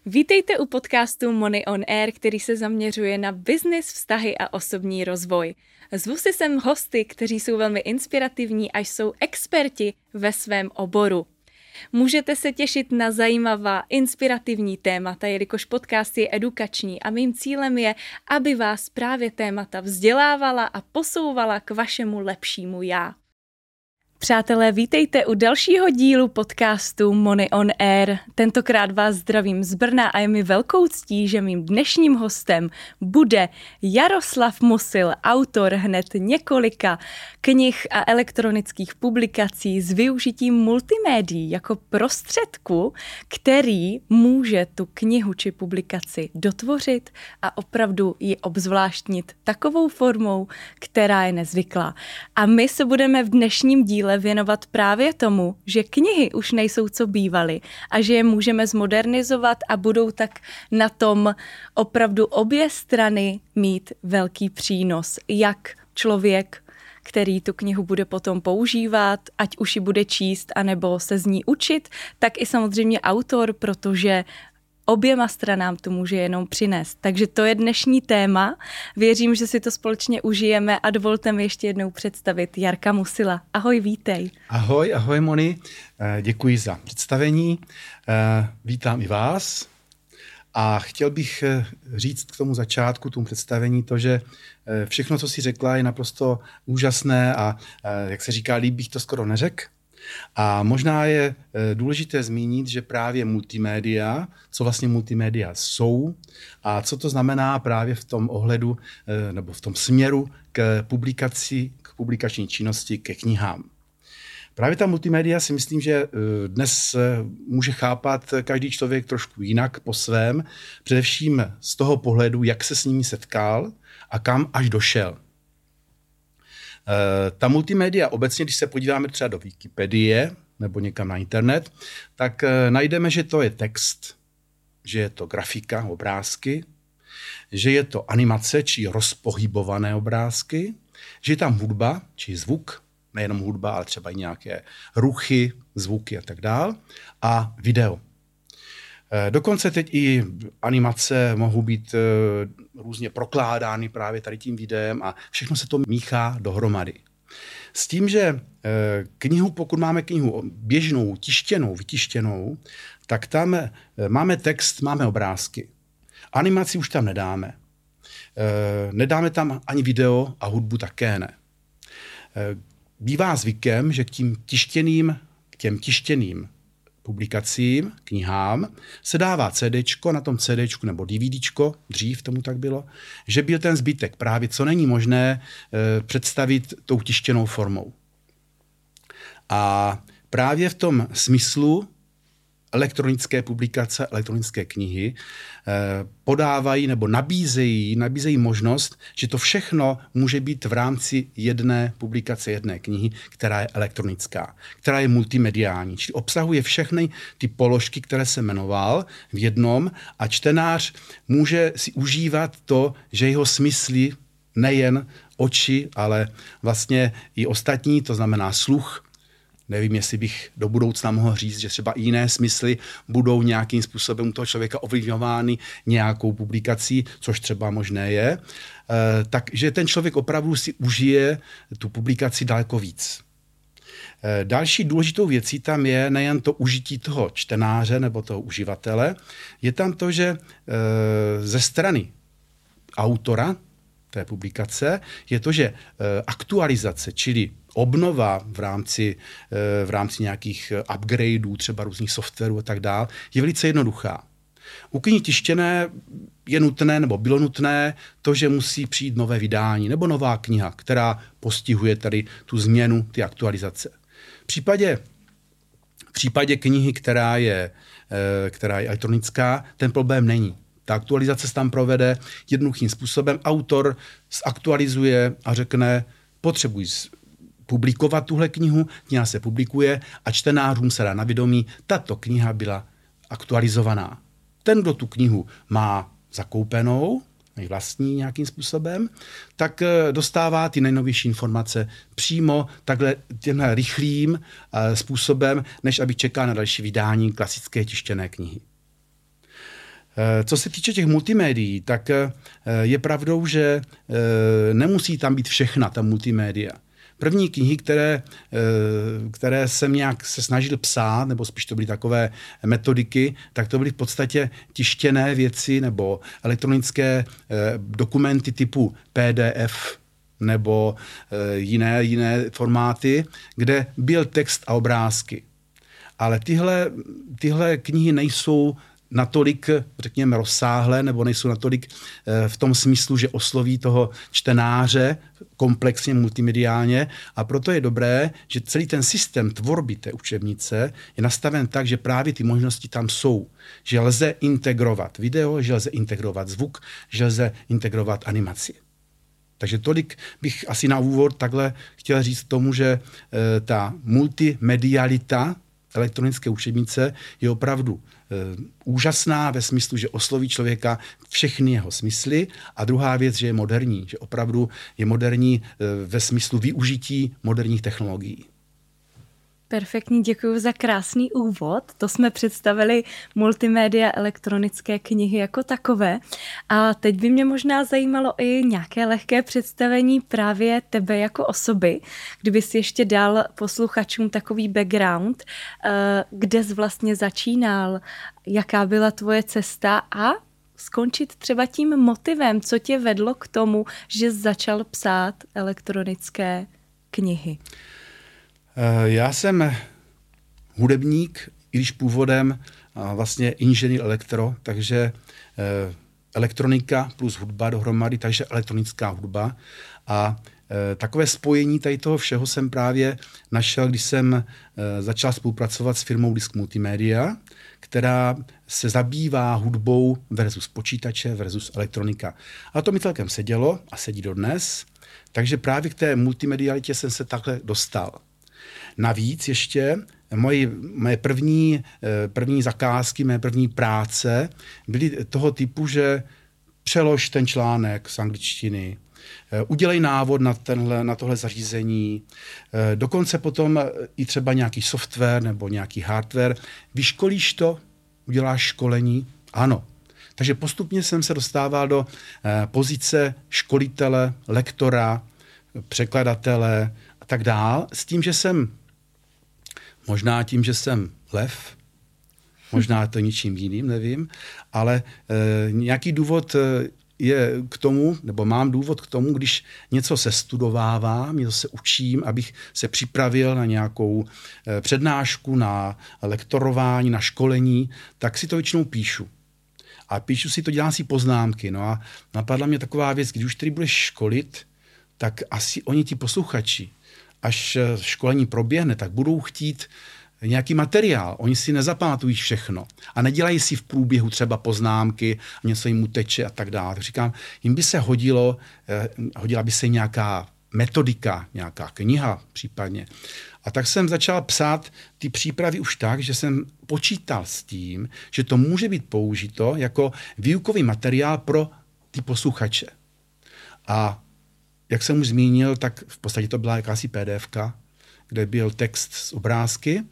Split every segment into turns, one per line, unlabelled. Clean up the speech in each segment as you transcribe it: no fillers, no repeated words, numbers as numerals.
Vítejte u podcastu Money on Air, který se zaměřuje na business, vztahy a osobní rozvoj. Zvu si sem hosty, kteří jsou velmi inspirativní a jsou experti ve svém oboru. Můžete se těšit na zajímavá, inspirativní témata, jelikož podcast je edukační a mým cílem je, aby vás právě témata vzdělávala a posouvala k vašemu lepšímu já. Přátelé, vítejte u dalšího dílu podcastu Money on Air. Tentokrát vás zdravím z Brna a je mi velkou ctí, že mým dnešním hostem bude Jaroslav Musil, autor hned několika knih a elektronických publikací s využitím multimédií jako prostředku, který může tu knihu či publikaci dotvořit a opravdu ji obzvláštnit takovou formou, která je nezvyklá. A my se budeme v dnešním díle věnovat právě tomu, že knihy už nejsou, co bývaly a že je můžeme zmodernizovat a budou tak na tom opravdu obě strany mít velký přínos. Jak člověk, který tu knihu bude potom používat, ať už ji bude číst, anebo se z ní učit, tak i samozřejmě autor, protože oběma stranám to může jenom přinést. Takže to je dnešní téma. Věřím, že si to společně užijeme a dovolte mi ještě jednou představit Jarka Musila. Ahoj, vítej.
Ahoj Moni, děkuji za představení, vítám i vás a chtěl bych říct k tomu začátku, tomu představení to, že všechno, co jsi řekla, je naprosto úžasné a jak se říká, líp bych to skoro neřekl. A možná je důležité zmínit, že právě multimédia, co vlastně multimédia jsou a co to znamená právě v tom ohledu nebo v tom směru k publikační činnosti, ke knihám. Právě ta multimédia si myslím, že dnes může chápat každý člověk trošku jinak po svém, především z toho pohledu, jak se s nimi setkal a kam až došel. Ta multimédia obecně, když se podíváme třeba do Wikipedie nebo někam na internet, tak najdeme, že to je text, že je to grafika, obrázky, že je to animace, či rozpohybované obrázky, že je tam hudba, či zvuk, nejenom hudba, ale třeba i nějaké ruchy, zvuky a tak dál, a video. Dokonce teď i animace mohou být různě prokládány právě tady tím videem a všechno se to míchá dohromady. S tím, že knihu, pokud máme knihu běžnou, tištěnou, vytištěnou, tak tam máme text, máme obrázky. Animaci už tam nedáme. Nedáme tam ani video a hudbu také ne. Bývá zvykem, že k těm tištěným publikacím, knihám, se dává CDčko, na tom CDčku nebo DVDčko, dřív tomu tak bylo, že byl ten zbytek, právě co není možné představit tou tištěnou formou. A právě v tom smyslu elektronické publikace, elektronické knihy podávají nebo nabízejí možnost, že to všechno může být v rámci jedné publikace, jedné knihy, která je elektronická, která je multimediální, čili obsahuje všechny ty položky, které jsem jmenoval v jednom a čtenář může si užívat to, že jeho smysly, nejen oči, ale vlastně i ostatní, to znamená sluch. Nevím, jestli bych do budoucna mohl říct, že třeba i jiné smysly budou nějakým způsobem toho člověka ovlivňovány nějakou publikací, což třeba možné je. Takže ten člověk opravdu si užije tu publikaci daleko víc. Další důležitou věcí tam je nejen to užití toho čtenáře nebo toho uživatele, je tam to, že ze strany autora té publikace je to, že aktualizace, čili obnova v rámci nějakých upgradeů, třeba různých softwarů a tak dále, je velice jednoduchá. U knihy tištěné je nutné, nebo bylo nutné, to, že musí přijít nové vydání nebo nová kniha, která postihuje tady tu změnu, ty aktualizace. V případě knihy, která je elektronická, ten problém není. Ta aktualizace se tam provede jednoduchým způsobem. Autor zaktualizuje a řekne, potřebuji publikovat tuhle knihu, kniha se publikuje a čtenářům se dá na vědomí, tato kniha byla aktualizovaná. Ten, kdo tu knihu má zakoupenou, vlastní nějakým způsobem, tak dostává ty nejnovější informace přímo takhle tímhle rychlým způsobem, než aby čekal na další vydání klasické tištěné knihy. Co se týče těch multimédií, tak je pravdou, že nemusí tam být všechna ta multimédia. První knihy, které jsem nějak se snažil psát, nebo spíš to byly takové metodiky, tak to byly v podstatě tištěné věci nebo elektronické dokumenty typu PDF nebo jiné formáty, kde byl text a obrázky. Ale tyhle knihy nejsou natolik, řekněme, rozsáhlé, nebo nejsou natolik v tom smyslu, že osloví toho čtenáře komplexně, multimediálně. A proto je dobré, že celý ten systém tvorby té učebnice je nastaven tak, že právě ty možnosti tam jsou. Že lze integrovat video, že lze integrovat zvuk, že lze integrovat animaci. Takže tolik bych asi na úvod takhle chtěl říct tomu, že ta multimedialita elektronické učebnice je opravdu úžasná ve smyslu, že osloví člověka všechny jeho smysly, a druhá věc, že je moderní, že opravdu je moderní ve smyslu využití moderních technologií.
Perfektní, děkuji za krásný úvod. To jsme představili multimédia elektronické knihy jako takové. A teď by mě možná zajímalo i nějaké lehké představení právě tebe jako osoby. Kdyby si ještě dal posluchačům takový background, kde jsi vlastně začínal, jaká byla tvoje cesta a skončit třeba tím motivem, co tě vedlo k tomu, že jsi začal psát elektronické knihy.
Já jsem hudebník, i když původem vlastně inženýr elektro, takže elektronika plus hudba dohromady, takže elektronická hudba. A takové spojení tady toho všeho jsem právě našel, když jsem začal spolupracovat s firmou Disk Multimedia, která se zabývá hudbou versus počítače versus elektronika. A to mi celkem sedělo a sedí dodnes, takže právě k té multimedialitě jsem se takhle dostal. Navíc ještě moje první zakázky, mé první práce byly toho typu, že přelož ten článek z angličtiny, udělej návod na tohle zařízení, dokonce potom i třeba nějaký software nebo nějaký hardware. Vyškolíš to, uděláš školení? Ano. Takže postupně jsem se dostával do pozice školitele, lektora, překladatele a tak dál, s tím, že jsem možná tím, že jsem lev, možná to ničím jiným, nevím, ale nějaký důvod je k tomu, nebo mám důvod k tomu, když něco se studovávám, něco se učím, abych se připravil na nějakou přednášku, na lektorování, na školení, tak si to většinou píšu. A píšu si to, dělám si poznámky. No a napadla mě taková věc, když už tedy budeš školit, tak asi oni ti posluchači, až školení proběhne, tak budou chtít nějaký materiál. Oni si nezapamatují všechno. A nedělají si v průběhu třeba poznámky, něco jim uteče a tak dále. Tak říkám, jim by se hodila by se nějaká metodika, nějaká kniha případně. A tak jsem začal psát ty přípravy už tak, že jsem počítal s tím, že to může být použito jako výukový materiál pro ty posluchače. A jak jsem už zmínil, tak v podstatě to byla jakási PDFka, kde byl text z obrázky.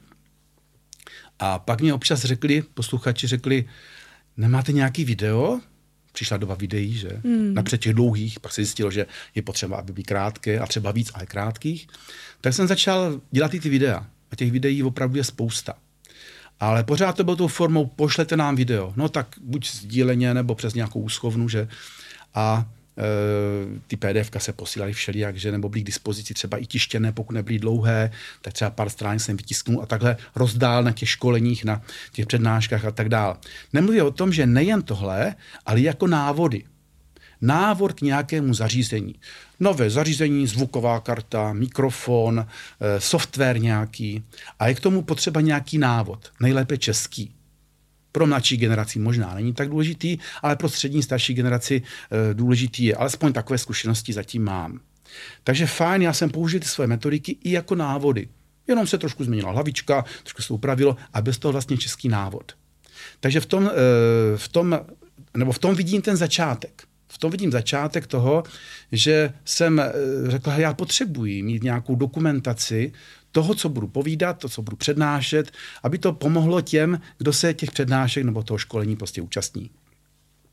A pak mě občas posluchači řekli, nemáte nějaký video? Přišla doba videí, že? Napřed těch dlouhých, pak se zjistilo, že je potřeba, aby byly krátké a třeba víc, ale krátkých. Tak jsem začal dělat i ty videa. A těch videí opravdu je spousta. Ale pořád to bylo tou formou, pošlete nám video. No tak buď sdíleně, nebo přes nějakou úschovnu, že? A ty PDFka se posílaly všelijak, že, nebo byly k dispozici třeba i tištěné, pokud nebyly dlouhé, tak třeba pár stránek jsem vytisknul a takhle rozdál na těch školeních, na těch přednáškách a tak dále. Nemluvím o tom, že nejen tohle, ale jako návody. Návod k nějakému zařízení. Nové zařízení, zvuková karta, mikrofon, software nějaký. A je k tomu potřeba nějaký návod, nejlépe český. Pro mladší generaci možná není tak důležitý, ale pro střední, starší generaci důležitý je. Alespoň takové zkušenosti zatím mám. Takže fajn, já jsem použil ty své metodiky i jako návody. Jenom se trošku změnila hlavička, trošku se to upravilo a bez toho vlastně český návod. Takže v tom vidím ten začátek. V tom vidím začátek toho, že jsem řekl, já potřebuji mít nějakou dokumentaci toho, co budu povídat, to, co budu přednášet, aby to pomohlo těm, kdo se těch přednášek nebo toho školení prostě účastní.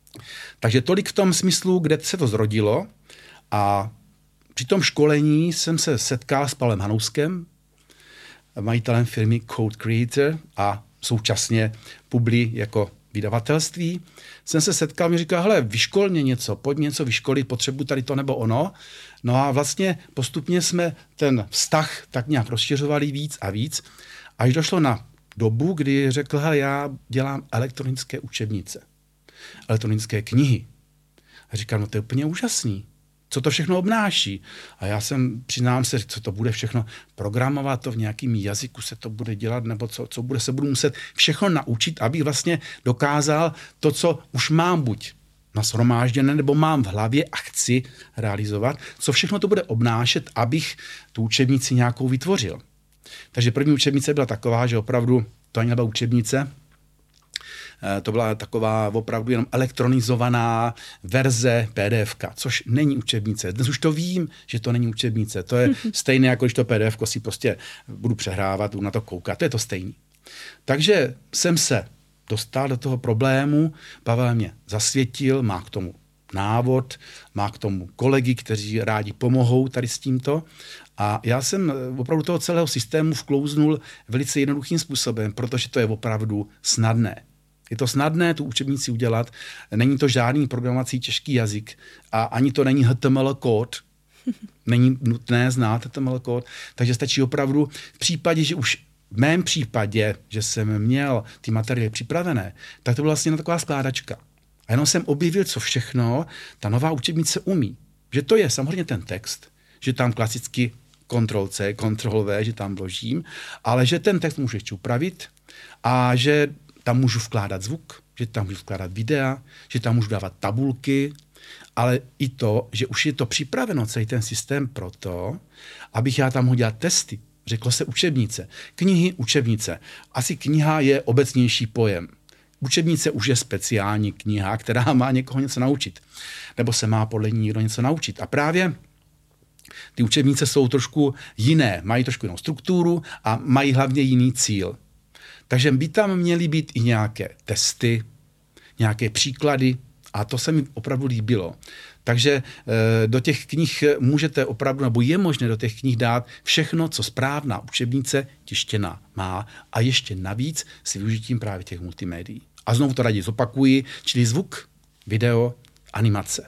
Takže tolik v tom smyslu, kde se to zrodilo. A při tom školení jsem se setkal s Pavlem Hanouskem, majitelem firmy Code Creator a současně Publi jako vydavatelství. Jsem se setkal, mi říkal, hele, vyškol mě něco, pojď něco vyškolit, potřebuji tady to nebo ono. No a vlastně postupně jsme ten vztah tak nějak rozšiřovali víc a víc, až došlo na dobu, kdy řekl, hele, já dělám elektronické učebnice, elektronické knihy. A říkám, no to je úplně úžasný. Co to všechno obnáší? A já přiznám se, co to bude všechno programovat, to v nějakým jazyku se to bude dělat, nebo se budu muset všechno naučit, abych vlastně dokázal to, co už mám buď nashromážděné, nebo mám v hlavě a chci realizovat, co všechno to bude obnášet, abych tu učebnici nějakou vytvořil. Takže první učebnice byla taková, že opravdu to ani nebyla učebnice, to byla taková opravdu jenom elektronizovaná verze PDFka, což není učebnice. Dnes už to vím, že to není učebnice. To je stejné, jako když to PDFko si prostě budu přehrávat, budu na to koukat. To je to stejné. Takže jsem se dostal do toho problému, Pavel mě zasvětil, má k tomu návod, má k tomu kolegy, kteří rádi pomohou tady s tímto. A já jsem opravdu toho celého systému vklouznul velice jednoduchým způsobem, protože to je opravdu snadné. Je to snadné tu učebnici udělat, není to žádný programovací těžký jazyk a ani to není HTML kód. Není nutné znát HTML kód, takže stačí opravdu v případě, že už v mém případě, že jsem měl ty materiály připravené, tak to byla vlastně taková skládačka. A jenom jsem objevil, co všechno ta nová učebnice umí. Že to je samozřejmě ten text, že tam klasicky Ctrl+C, Ctrl+V, že tam vložím, ale že ten text můžu ještě upravit a že tam můžu vkládat zvuk, že tam můžu vkládat videa, že tam můžu dávat tabulky, ale i to, že už je to připraveno celý ten systém proto, abych já tam mohl dělat testy. Řeklo se učebnice. Knihy, učebnice. Asi kniha je obecnější pojem. Učebnice už je speciální kniha, která má někoho něco naučit. Nebo se má podle ní někdo něco naučit. A právě ty učebnice jsou trošku jiné. Mají trošku jinou strukturu a mají hlavně jiný cíl. Takže by tam měly být i nějaké testy, nějaké příklady a to se mi opravdu líbilo. Takže do těch knih můžete opravdu, nebo je možné do těch knih dát všechno, co správná učebnice tištěná má a ještě navíc s využitím právě těch multimédií. A znovu to raději zopakuji, čili zvuk, video, animace.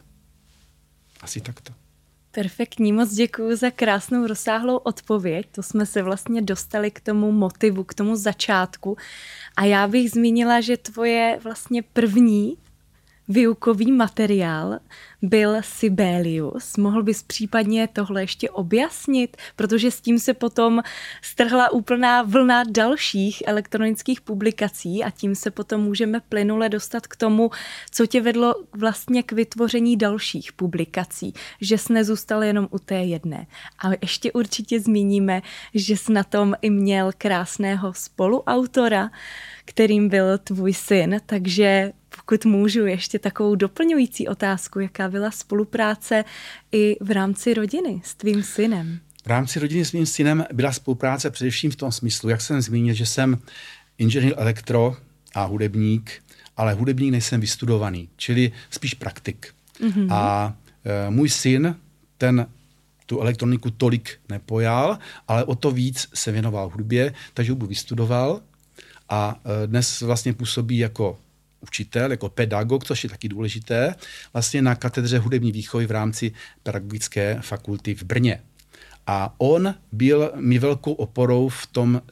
Asi takto.
Perfektní, moc děkuji za krásnou rozsáhlou odpověď. To jsme se vlastně dostali k tomu motivu, k tomu začátku. A já bych zmínila, že tvoje vlastně první výukový materiál byl Sibelius. Mohl bys případně tohle ještě objasnit, protože s tím se potom strhla úplná vlna dalších elektronických publikací a tím se potom můžeme plynule dostat k tomu, co tě vedlo vlastně k vytvoření dalších publikací, že jsi nezůstal jenom u té jedné. A ještě určitě zmíníme, že jsi na tom i měl krásného spoluautora, kterým byl tvůj syn, takže pokud můžu ještě takovou doplňující otázku, jaká byla spolupráce i v rámci rodiny s tvým synem?
V rámci rodiny s mým synem byla spolupráce především v tom smyslu, jak jsem zmínil, že jsem inženýr elektro a hudebník, ale hudebník nejsem vystudovaný, čili spíš praktik. Mm-hmm. A můj syn, ten tu elektroniku tolik nepojal, ale o to víc se věnoval hudbě, takže hudbu vystudoval a dnes vlastně působí jako učitel, jako pedagog, což je taky důležité, vlastně na katedře hudební výchovy v rámci pedagogické fakulty v Brně. A on byl mi velkou oporou v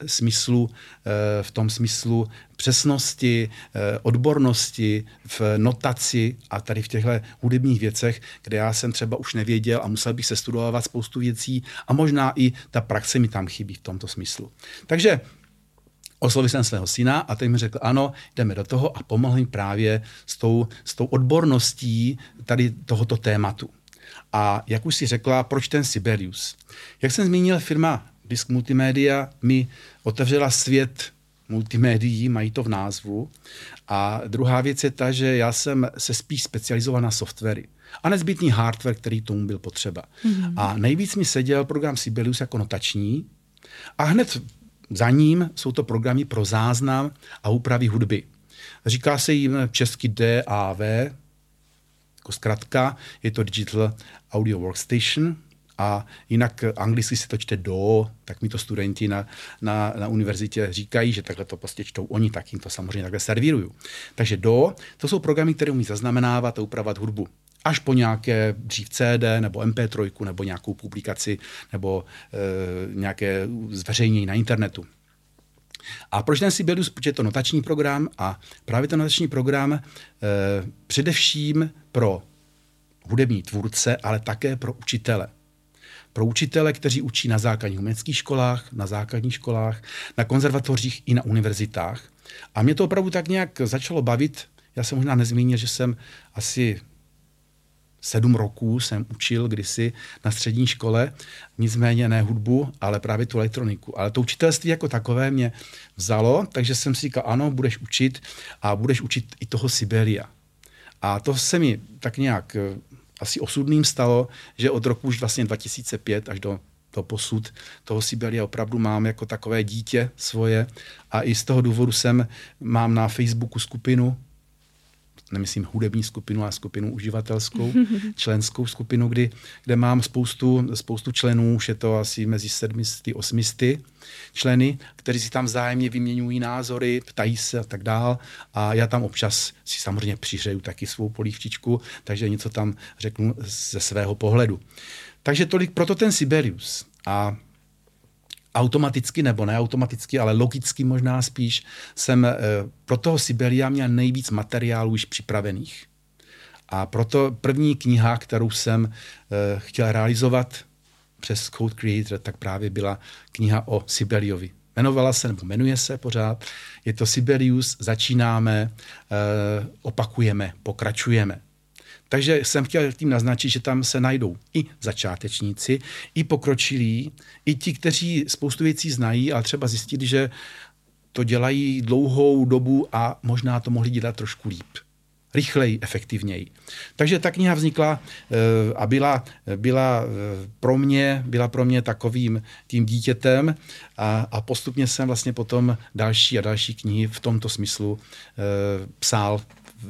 tom smyslu přesnosti, odbornosti, v notaci a tady v těchto hudebních věcech, kde já jsem třeba už nevěděl a musel bych se studovat spoustu věcí a možná i ta praxe mi tam chybí v tomto smyslu. Takže oslovil jsem svého syna a ten mi řekl, ano, jdeme do toho a pomohl mi právě s tou odborností tady tohoto tématu. A jak už si řekla, proč ten Sibelius? Jak jsem zmínil, firma Disk Multimedia mi otevřela svět multimédií, mají to v názvu. A druhá věc je ta, že já jsem se spíš specializoval na softwary a nezbytný hardware, který tomu byl potřeba. Mm-hmm. A nejvíc mi seděl program Sibelius jako notační a hned za ním jsou to programy pro záznam a úpravy hudby. Říká se jim česky DAW, Jako zkratka je to Digital Audio Workstation a jinak anglicky se to čte DAW, tak mi to studenti na univerzitě říkají, že takhle to prostě čtou oni, tak jim to samozřejmě takhle servíruju. Takže DAW, to jsou programy, které umí zaznamenávat a upravovat hudbu. Až po nějaké dřív CD nebo MP3 nebo nějakou publikaci nebo nějaké zveřejnění na internetu. A proč ten Sibelius? Protože je to notační program a právě ten notační program především pro hudební tvůrce, ale také pro učitele. Pro učitele, kteří učí na základních uměleckých školách, na základních školách, na konzervatořích i na univerzitách. A mě to opravdu tak nějak začalo bavit. Já jsem možná nezmínil, že jsem asi 7 roků jsem učil kdysi na střední škole, nicméně ne hudbu, ale právě tu elektroniku. Ale to učitelství jako takové mě vzalo, takže jsem si říkal, ano, budeš učit a budeš učit i toho Sibelia. A to se mi tak nějak asi osudným stalo, že od roku už vlastně 2005 až do posud toho Sibelia opravdu mám jako takové dítě svoje a i z toho důvodu mám na Facebooku skupinu, nemyslím hudební skupinu, ale skupinu uživatelskou, členskou skupinu, kde mám spoustu členů, už je to asi mezi 700-800 členy, kteří si tam vzájemně vyměňují názory, ptají se a tak dál. A já tam občas si samozřejmě přihřeju taky svou polívčičku, takže něco tam řeknu ze svého pohledu. Takže tolik, proto ten Sibelius. A automaticky nebo neautomaticky, ale logicky možná spíš, jsem pro toho Sibelia měl nejvíc materiálů již připravených. A proto první kniha, kterou jsem chtěl realizovat přes Code Creator, tak právě byla kniha o Sibeliovi. Jmenuje se pořád. Je to Sibelius, začínáme, opakujeme, pokračujeme. Takže jsem chtěl tím naznačit, že tam se najdou i začátečníci, i pokročilí, i ti, kteří spoustu věcí znají, ale třeba zjistili, že to dělají dlouhou dobu a možná to mohli dělat trošku líp. Rychleji, efektivněji. Takže ta kniha vznikla a byla pro mě takovým tím dítětem a postupně jsem vlastně potom další a další knihy v tomto smyslu psal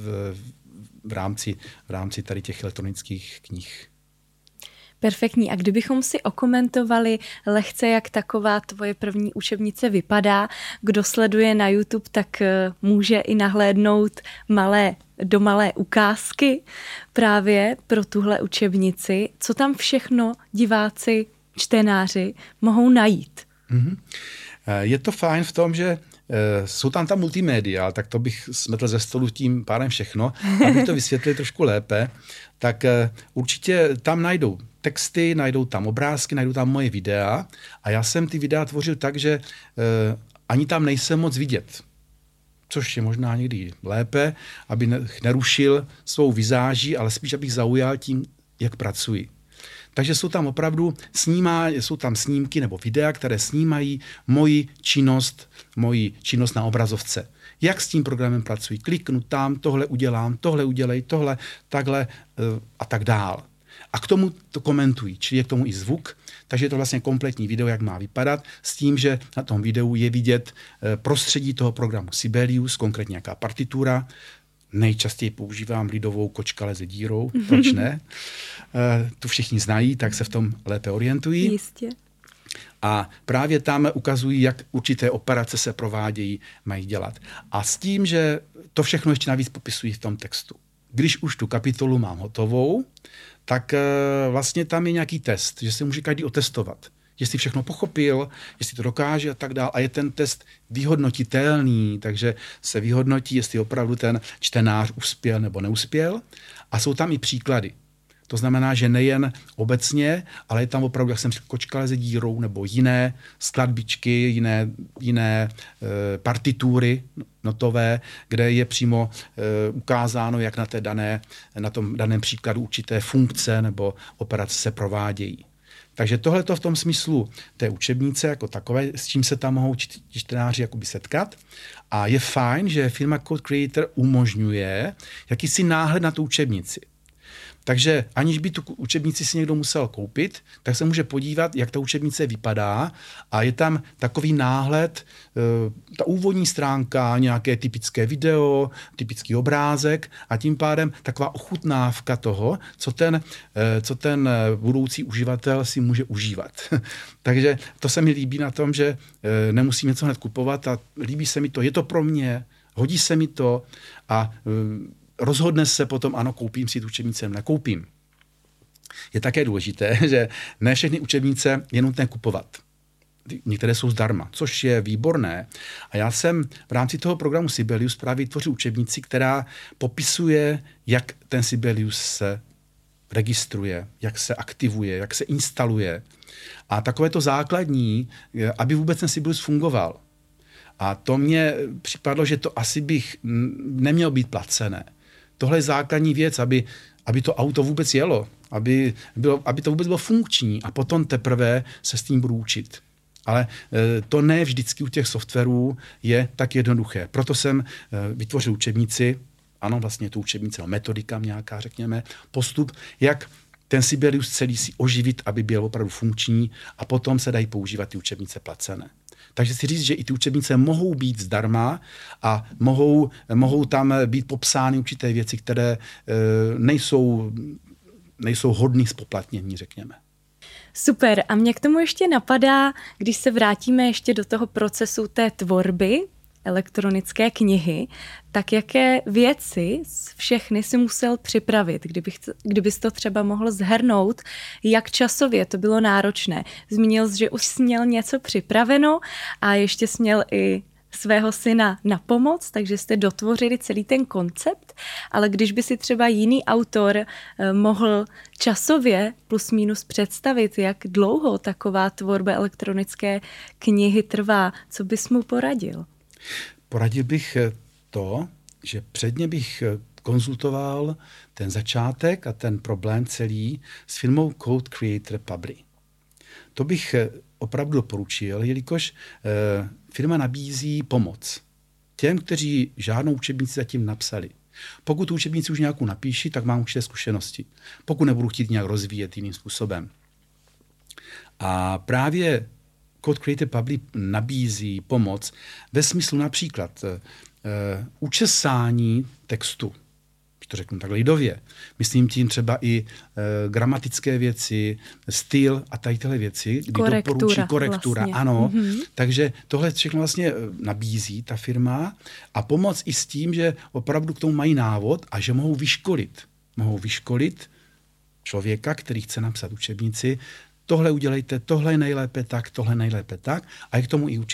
v rámci tady těch elektronických knih.
Perfektní. A kdybychom si okomentovali lehce, jak taková tvoje první učebnice vypadá, kdo sleduje na YouTube, tak může i nahlédnout malé ukázky právě pro tuhle učebnici. Co tam všechno diváci, čtenáři mohou najít?
Mm-hmm. Je to fajn v tom, že jsou tam ta multimédia, tak to bych smetl ze stolu tím pádem všechno, abych to vysvětlil trošku lépe, tak určitě tam najdou texty, najdou tam obrázky, najdou tam moje videa a já jsem ty videa tvořil tak, že ani tam nejsem moc vidět, což je možná někdy lépe, aby nerušil svou vizáží, ale spíš, abych zaujal tím, jak pracuji. Takže jsou tam opravdu jsou tam snímky nebo videa, které snímají moji činnost na obrazovce. Jak s tím programem pracuji? Kliknu tam, tohle udělám, tohle udělej, tohle, takhle a tak dál. A k tomu to komentují, čili je k tomu i zvuk, takže je to vlastně kompletní video, jak má vypadat, s tím, že na tom videu je vidět prostředí toho programu Sibelius, konkrétně nějaká partitura. Nejčastěji používám lidovou Kočka leze dírou, proč ne? Tu všichni znají, tak se v tom lépe orientují.
Jistě.
A právě tam ukazují, jak určité operace se provádějí, mají dělat. A s tím, že to všechno ještě navíc popisují v tom textu. Když už tu kapitolu mám hotovou, tak vlastně tam je nějaký test, že se může každý otestovat. Jestli všechno pochopil, jestli to dokáže a tak dál. A je ten test vyhodnotitelný, takže se vyhodnotí, jestli opravdu ten čtenář uspěl nebo neuspěl. A jsou tam i příklady. To znamená, že nejen obecně, ale je tam opravdu, jak jsem řekl, Kočka leze dírou nebo jiné skladbičky, jiné partitury notové, kde je přímo ukázáno, jak na tom daném příkladu určité funkce nebo operace se provádějí. Takže tohleto v tom smyslu té učebnice jako takové, s čím se tam mohou čtenáři jakoby setkat. A je fajn, že firma Code Creator umožňuje jakýsi náhled na tu učebnici. Takže aniž by tu učebnici si někdo musel koupit, tak se může podívat, jak ta učebnice vypadá a je tam takový náhled, ta úvodní stránka, nějaké typické video, typický obrázek a tím pádem taková ochutnávka toho, co ten budoucí uživatel si může užívat. Takže to se mi líbí na tom, že nemusím něco hned kupovat a líbí se mi to, je to pro mě, hodí se mi to a rozhodne se potom, ano, koupím si tu učebnici, nebo nekoupím. Je také důležité, že ne všechny učebnice je nutné kupovat. Některé jsou zdarma, což je výborné. A já jsem v rámci toho programu Sibelius právě vytvořil učebnici, která popisuje, jak ten Sibelius se registruje, jak se aktivuje, jak se instaluje. A takové to základní, aby vůbec ten Sibelius fungoval. A to mně připadlo, že to asi bych nemělo být placené. Tohle je základní věc, aby to auto vůbec jelo, aby to vůbec bylo funkční a potom teprve se s tím budu učit. Ale to ne vždycky u těch softwarů je tak jednoduché. Proto jsem vytvořil učebnici, ano, vlastně tu učebnice, metodika nějaká, řekněme, postup, jak ten Sibelius celý si oživit, aby byl opravdu funkční a potom se dají používat ty učebnice placené. Takže si říct, že i ty učebnice mohou být zdarma a mohou tam být popsány určité věci, které nejsou hodný zpoplatnění, řekněme.
Super. A mě k tomu ještě napadá, když se vrátíme ještě do toho procesu té tvorby elektronické knihy, tak jaké věci všechny si musel připravit, kdybys to třeba mohl shrnout, jak časově to bylo náročné. Zmínil jsi, že už jsi měl něco připraveno a ještě jsi měl i svého syna na pomoc, takže jste dotvořili celý ten koncept, ale když by si třeba jiný autor mohl časově plus minus představit, jak dlouho taková tvorba elektronické knihy trvá, co bys mu poradil?
Poradil bych to, že předně bych konzultoval ten začátek a ten problém celý s firmou Code Creator Publi. To bych opravdu doporučil, jelikož firma nabízí pomoc těm, kteří žádnou učebnici zatím napsali. Pokud tu učebnici už nějakou napíši, tak mám určité zkušenosti. Pokud nebudu chtít nějak rozvíjet jiným způsobem. A právě Code Creator Publi nabízí pomoc ve smyslu například učesání textu, to řeknu takhle lidově. Myslím tím třeba i gramatické věci, styl a tady tyhle věci, kdy doporučí korektura. Vlastně. Ano, takže tohle všechno vlastně nabízí ta firma a pomoc i s tím, že opravdu k tomu mají návod a že mohou vyškolit. Mohou vyškolit člověka, který chce napsat učebnici, tohle udělejte, tohle je nejlépe tak, tohle nejlépe tak a je k tomu i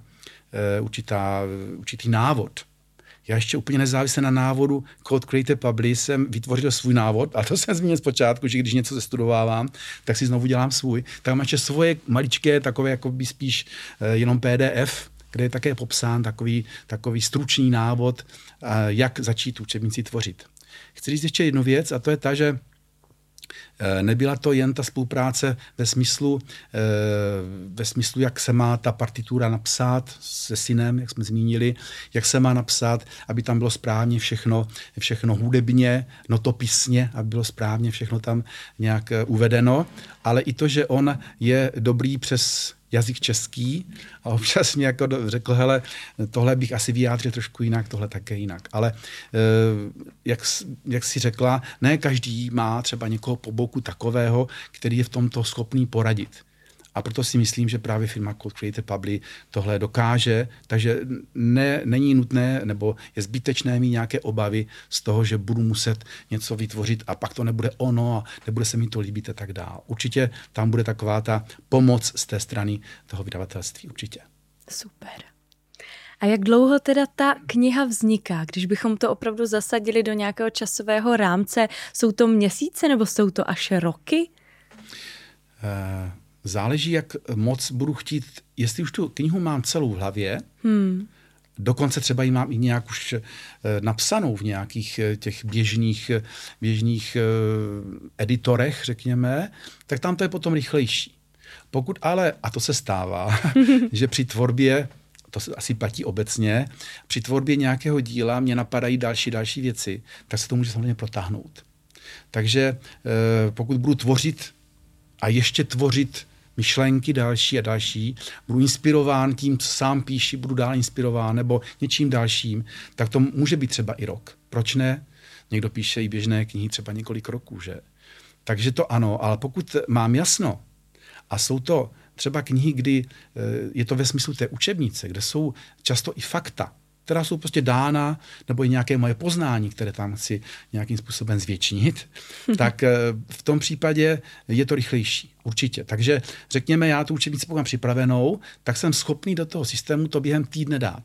určitý návod. Já ještě úplně nezávisle na návodu Code Creator Publi jsem vytvořil svůj návod, a to jsem zmínil zpočátku, že když něco zestudovávám, tak si znovu dělám svůj. Tak mám ještě svoje maličké, takové jako by spíš jenom PDF, kde je také popsán takový stručný návod, jak začít učebnici tvořit. Chci říct ještě jednu věc a to je ta, že nebyla to jen ta spolupráce ve smyslu, jak se má ta partitura napsat se synem, jak jsme zmínili, jak se má napsat, aby tam bylo správně všechno hudebně, notopisně, aby bylo správně všechno tam nějak uvedeno, ale i to, že on je dobrý přes jazyk český a občas mi jako řekl, hele, tohle bych asi vyjádřil trošku jinak, tohle také jinak. Ale jak si řekla, ne každý má třeba někoho po boku takového, který je v tomto schopný poradit. A proto si myslím, že právě firma Code Creator Publi tohle dokáže, takže není nutné, nebo je zbytečné mít nějaké obavy z toho, že budu muset něco vytvořit a pak to nebude ono a nebude se mi to líbit a tak dále. Určitě tam bude taková ta pomoc z té strany toho vydavatelství, určitě.
Super. A jak dlouho teda ta kniha vzniká? Když bychom to opravdu zasadili do nějakého časového rámce, jsou to měsíce nebo jsou to až roky?
Záleží, jak moc budu chtít, jestli už tu knihu mám celou v hlavě, dokonce třeba ji mám i nějak už napsanou v nějakých těch běžných editorech, řekněme, tak tam to je potom rychlejší. Pokud ale, a to se stává, že při tvorbě, to se asi platí obecně, při tvorbě nějakého díla mě napadají další věci, tak se to může samozřejmě protáhnout. Takže pokud budu tvořit a ještě tvořit myšlenky další a další, budu inspirován tím, co sám píši, budu dál inspirován nebo něčím dalším, tak to může být třeba i rok. Proč ne? Někdo píše i běžné knihy třeba několik roků, že? Takže to ano, ale pokud mám jasno a jsou to třeba knihy, kdy je to ve smyslu té učebnice, kde jsou často i fakta, která jsou prostě dána, nebo i nějaké moje poznání, které tam chci nějakým způsobem zvětšnit, tak v tom případě je to rychlejší. Určitě. Takže řekněme, já tu učebnici pokud mám připravenou, tak jsem schopný do toho systému to během týdne dát.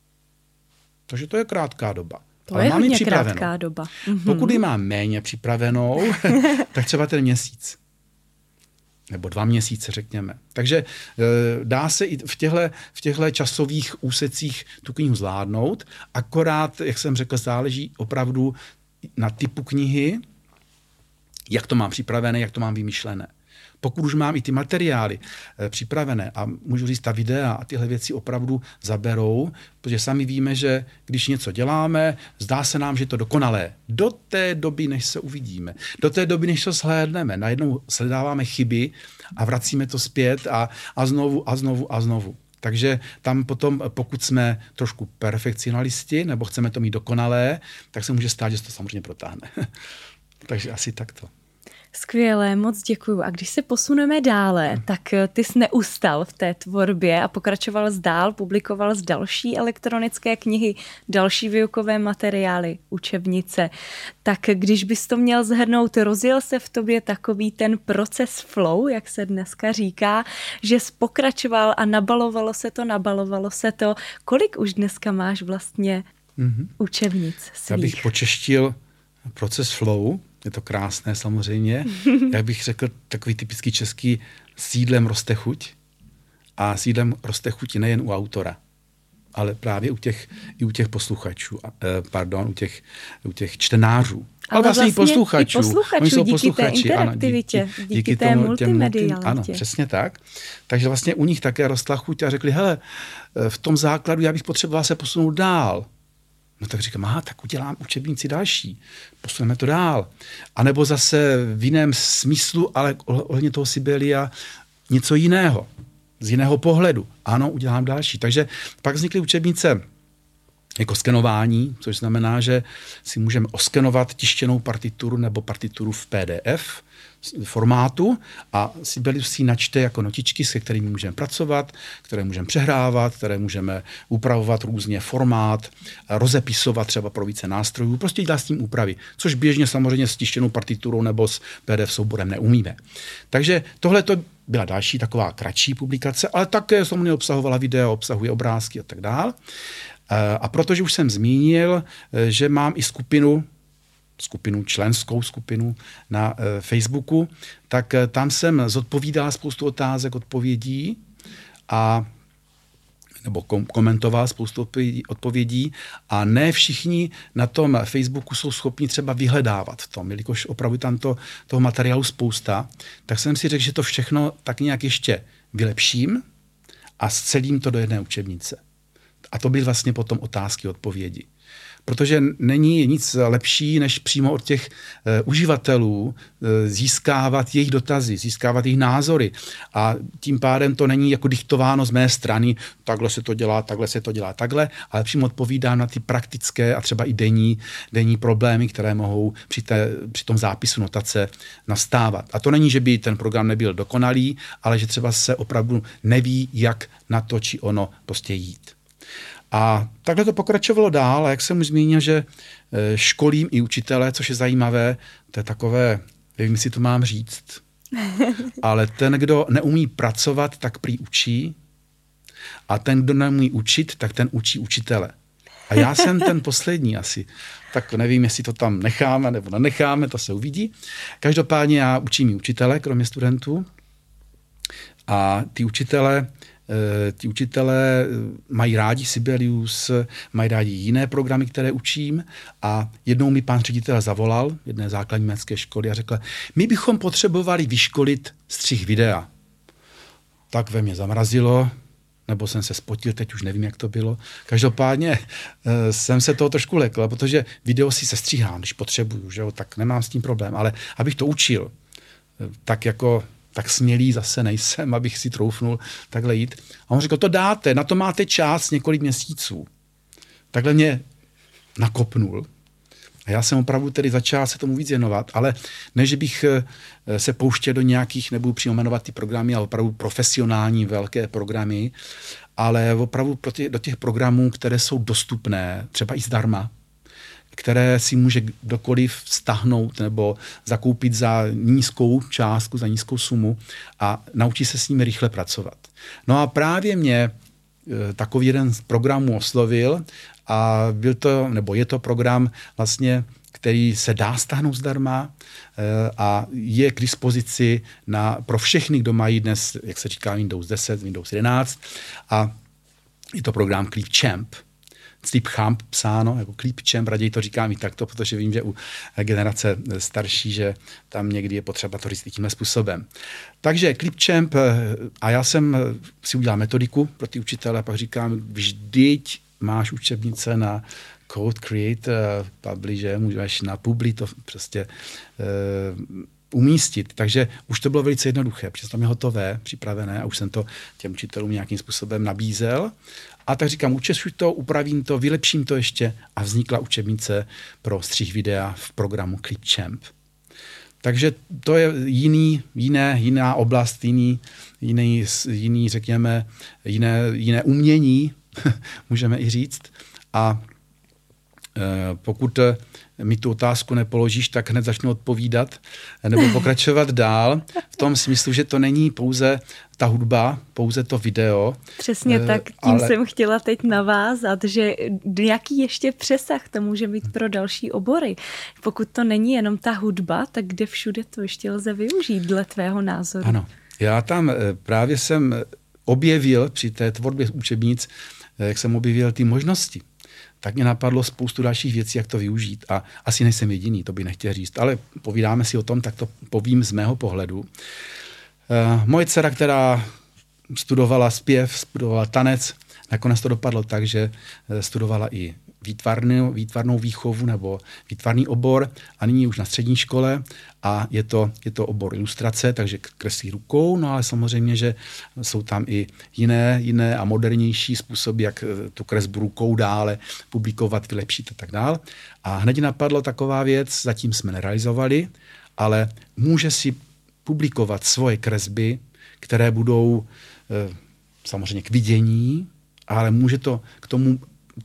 Takže to je krátká doba.
To je hodně krátká doba.
Pokud ji mám méně připravenou, tak třeba ten měsíc. Nebo 2 měsíce, řekněme. Takže dá se i v těchto časových úsecích tu knihu zvládnout, akorát, jak jsem řekl, záleží opravdu na typu knihy, jak to mám připravené, jak to mám vymyšlené. Pokud už mám i ty materiály připravené a můžu říct, ta videa a tyhle věci opravdu zaberou, protože sami víme, že když něco děláme, zdá se nám, že je to dokonalé. Do té doby, než se uvidíme. Do té doby, než to shlédneme. Najednou sledáváme chyby a vracíme to zpět a znovu a znovu a znovu. Takže tam potom, pokud jsme trošku perfekcionalisti nebo chceme to mít dokonalé, tak se může stát, že se to samozřejmě protáhne. Takže asi takto.
Skvělé, moc děkuju. A když se posuneme dále, tak ty jsi neustal v té tvorbě a pokračoval dál, publikoval z další elektronické knihy, další výukové materiály, učebnice. Tak když bys to měl shrnout, rozjel se v tobě takový ten proces flow, jak se dneska říká, že jsi pokračoval a nabalovalo se to. Kolik už dneska máš vlastně učebnic svých?
Já bych počeštil proces flow. Je to krásné samozřejmě. Jak bych řekl, takový typický český sídlem roste chuť. A sídlem roste chuť nejen u autora, ale právě i u těch posluchačů, u těch čtenářů. Ale vlastně i posluchačů.
Oni jsou díky té interaktivitě, díky té multimedialitě.
Ano, přesně tak. Takže vlastně u nich také rostla chuť a řekli, hele, v tom základu já bych potřeboval se posunout dál. No tak říkám, tak udělám učebnici další, posuneme to dál. A nebo zase v jiném smyslu, ale ohledně toho Sibelia něco jiného, z jiného pohledu. Ano, udělám další. Takže pak vznikly učebnice jako skenování, což znamená, že si můžeme oskenovat tištěnou partituru nebo partituru v PDF formátu a Sibelius si načte jako notičky, se kterými můžeme pracovat, které můžeme přehrávat, které můžeme upravovat různě formát, rozepisovat třeba pro více nástrojů, prostě dělat s tím úpravy, což běžně samozřejmě s tištěnou partiturou nebo s PDF souborem neumíme. Takže tohle to byla další taková kratší publikace, ale také samozřejmě obsahovala videa, obsahuje obrázky a tak dále. A protože už jsem zmínil, že mám i členskou skupinu na Facebooku, tak tam jsem zodpovídal spoustu otázek, odpovědí nebo komentoval spoustu odpovědí a ne všichni na tom Facebooku jsou schopni třeba vyhledávat v tom, jelikož opravdu tam toho materiálu spousta, tak jsem si řekl, že to všechno tak nějak ještě vylepším a scelím to do jedné učebnice. A to byly vlastně potom otázky, odpovědi. Protože není nic lepší, než přímo od těch uživatelů získávat jejich dotazy, získávat jejich názory. A tím pádem to není jako diktováno z mé strany, takhle se to dělá, takhle, ale přímo odpovídám na ty praktické a třeba i denní problémy, které mohou při tom zápisu notace nastávat. A to není, že by ten program nebyl dokonalý, ale že třeba se opravdu neví, jak na to či ono prostě jít. A takhle to pokračovalo dál a jak jsem už zmínil, že školím i učitele, což je zajímavé, to je takové, nevím, jestli to mám říct, ale ten, kdo neumí pracovat, tak prý učí a ten, kdo neumí učit, tak ten učí učitele. A já jsem ten poslední asi, tak nevím, jestli to tam necháme nebo nenecháme, to se uvidí. Každopádně já učím i učitele, kromě studentů a ty učitelé mají rádi Sibelius, mají rádi jiné programy, které učím a jednou mi pan ředitel zavolal, jedné základní německé školy a řekl, my bychom potřebovali vyškolit střih videa. Tak ve mně zamrazilo, nebo jsem se spotil, teď už nevím, jak to bylo. Každopádně jsem se toho trošku lekl, protože video si sestříhám, když potřebuju, že jo, tak nemám s tím problém, ale abych to učil, tak smělý zase nejsem, abych si troufnul takhle jít. A on řekl, to dáte, na to máte čas několik měsíců. Takhle mě nakopnul. A já jsem opravdu tedy začal se tomu víc věnovat, ale ne, že bych se pouštěl do nějakých, nebudu přímo jmenovat ty programy, ale opravdu profesionální velké programy, ale opravdu do těch programů, které jsou dostupné, třeba i zdarma, které si může kdokoliv stáhnout nebo zakoupit za nízkou částku, za nízkou sumu a naučí se s nimi rychle pracovat. No a právě mě takový jeden z programů oslovil a je to program vlastně, který se dá stáhnout zdarma a je k dispozici pro všechny, kdo mají dnes, jak se říká, Windows 10, Windows 11 a je to program Clipchamp. Clipchamp psáno, jako Clipchamp, raději to říkám i takto, protože vím, že u generace starší, že tam někdy je potřeba to říct i tímhle způsobem. Takže Clipchamp, a já jsem si udělal metodiku pro ty učitele a pak říkám, vždyť máš učebnice na Code Create, Publish, můžeš na Publi to prostě umístit. Takže už to bylo velice jednoduché, protože tam je hotové, připravené a už jsem to těm učitelům nějakým způsobem nabízel. A tak říkám, učesuj to, upravím to, vylepším to ještě a vznikla učebnice pro střih videa v programu Clipchamp. Takže to je jiná oblast, jiný, řekněme, jiné umění, můžeme i říct. A pokud mi tu otázku nepoložíš, tak hned začnu odpovídat nebo pokračovat dál v tom smyslu, že to není pouze ta hudba, pouze to video.
Přesně tak, tím jsem chtěla teď navázat, že jaký ještě přesah to může být pro další obory. Pokud to není jenom ta hudba, tak kde všude to ještě lze využít dle tvého názoru?
Ano, já tam právě jsem objevil při té tvorbě učebnic, jak jsem objevil ty možnosti. Tak mě napadlo spoustu dalších věcí, jak to využít. A asi nejsem jediný, to by nechtěl říct, ale povídáme si o tom, tak to povím z mého pohledu. Moje dcera, která studovala zpěv, studovala tanec, nakonec to dopadlo tak, že studovala i výtvarnou výchovu nebo výtvarný obor a nyní už na střední škole a je to obor ilustrace, takže kreslí rukou, no ale samozřejmě, že jsou tam i jiné a modernější způsoby, jak tu kresbu rukou dále publikovat, vylepšit a tak dál. A hned napadlo taková věc, zatím jsme nerealizovali, ale může si publikovat svoje kresby, které budou samozřejmě k vidění, ale může k tomu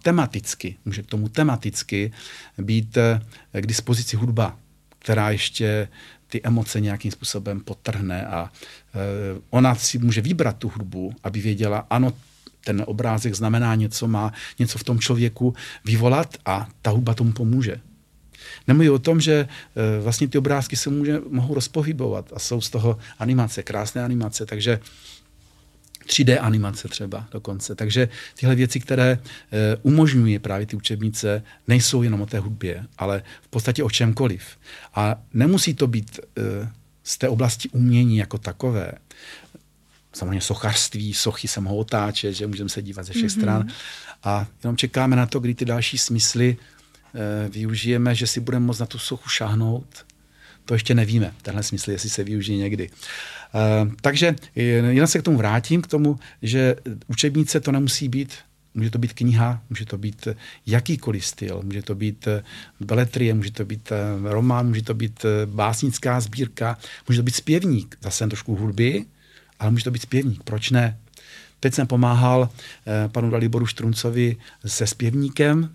tematicky být k dispozici hudba, která ještě ty emoce nějakým způsobem podtrhne a ona si může vybrat tu hudbu, aby věděla, ano, ten obrázek znamená něco, má něco v tom člověku vyvolat a ta hudba tomu pomůže. Nemluví o tom, že vlastně ty obrázky se mohou rozpohybovat a jsou z toho animace, krásné animace, takže 3D animace třeba dokonce. Takže tyhle věci, které umožňují právě ty učebnice, nejsou jenom o té hudbě, ale v podstatě o čemkoliv. A nemusí to být z té oblasti umění jako takové. Samozřejmě sochařství, sochy se mohou otáčet, že můžeme se dívat ze všech stran. A jenom čekáme na to, kdy ty další smysly využijeme, že si budeme moct na tu sochu šáhnout. To ještě nevíme, tenhle smysl, jestli se využije někdy. Takže jen se k tomu vrátím, k tomu, že učebnice to nemusí být, může to být kniha, může to být jakýkoliv styl, může to být beletrie, může to být román, může to být básnická sbírka, může to být zpěvník, zase trošku hudby, ale může to být zpěvník, proč ne? Teď jsem pomáhal panu Daliboru Štruncovi se zpěvníkem,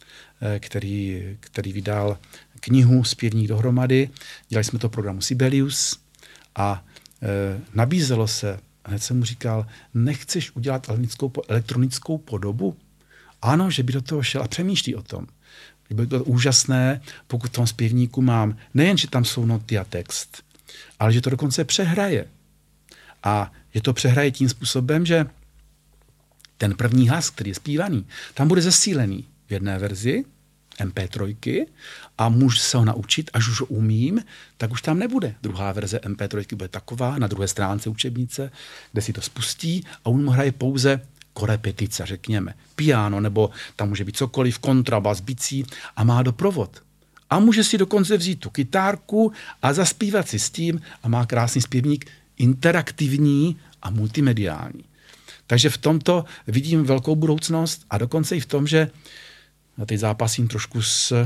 který vydal knihu Zpěvník dohromady. Dělali jsme to programu Sibelius a nabízelo se, hned jsem mu říkal, nechceš udělat elektronickou podobu? Ano, že by do toho šel a přemýšlí o tom. Bylo to úžasné, pokud v tom zpěvníku mám nejen, že tam jsou noty a text, ale že to dokonce přehraje. A že to přehraje tím způsobem, že ten první hlas, který je zpívaný, tam bude zesílený v jedné verzi, MP3, a můžu se ho naučit, až už ho umím, tak už tam nebude. Druhá verze MP3 bude taková, na druhé stránce učebnice, kde si to spustí a on mu hraje pouze korepetice, řekněme, piano, nebo tam může být cokoliv, kontrabas, bicí a má doprovod. A může si dokonce vzít tu kytárku a zaspívat si s tím a má krásný zpěvník interaktivní a multimediální. Takže v tomto vidím velkou budoucnost a dokonce i v tom, že teď zápasím trošku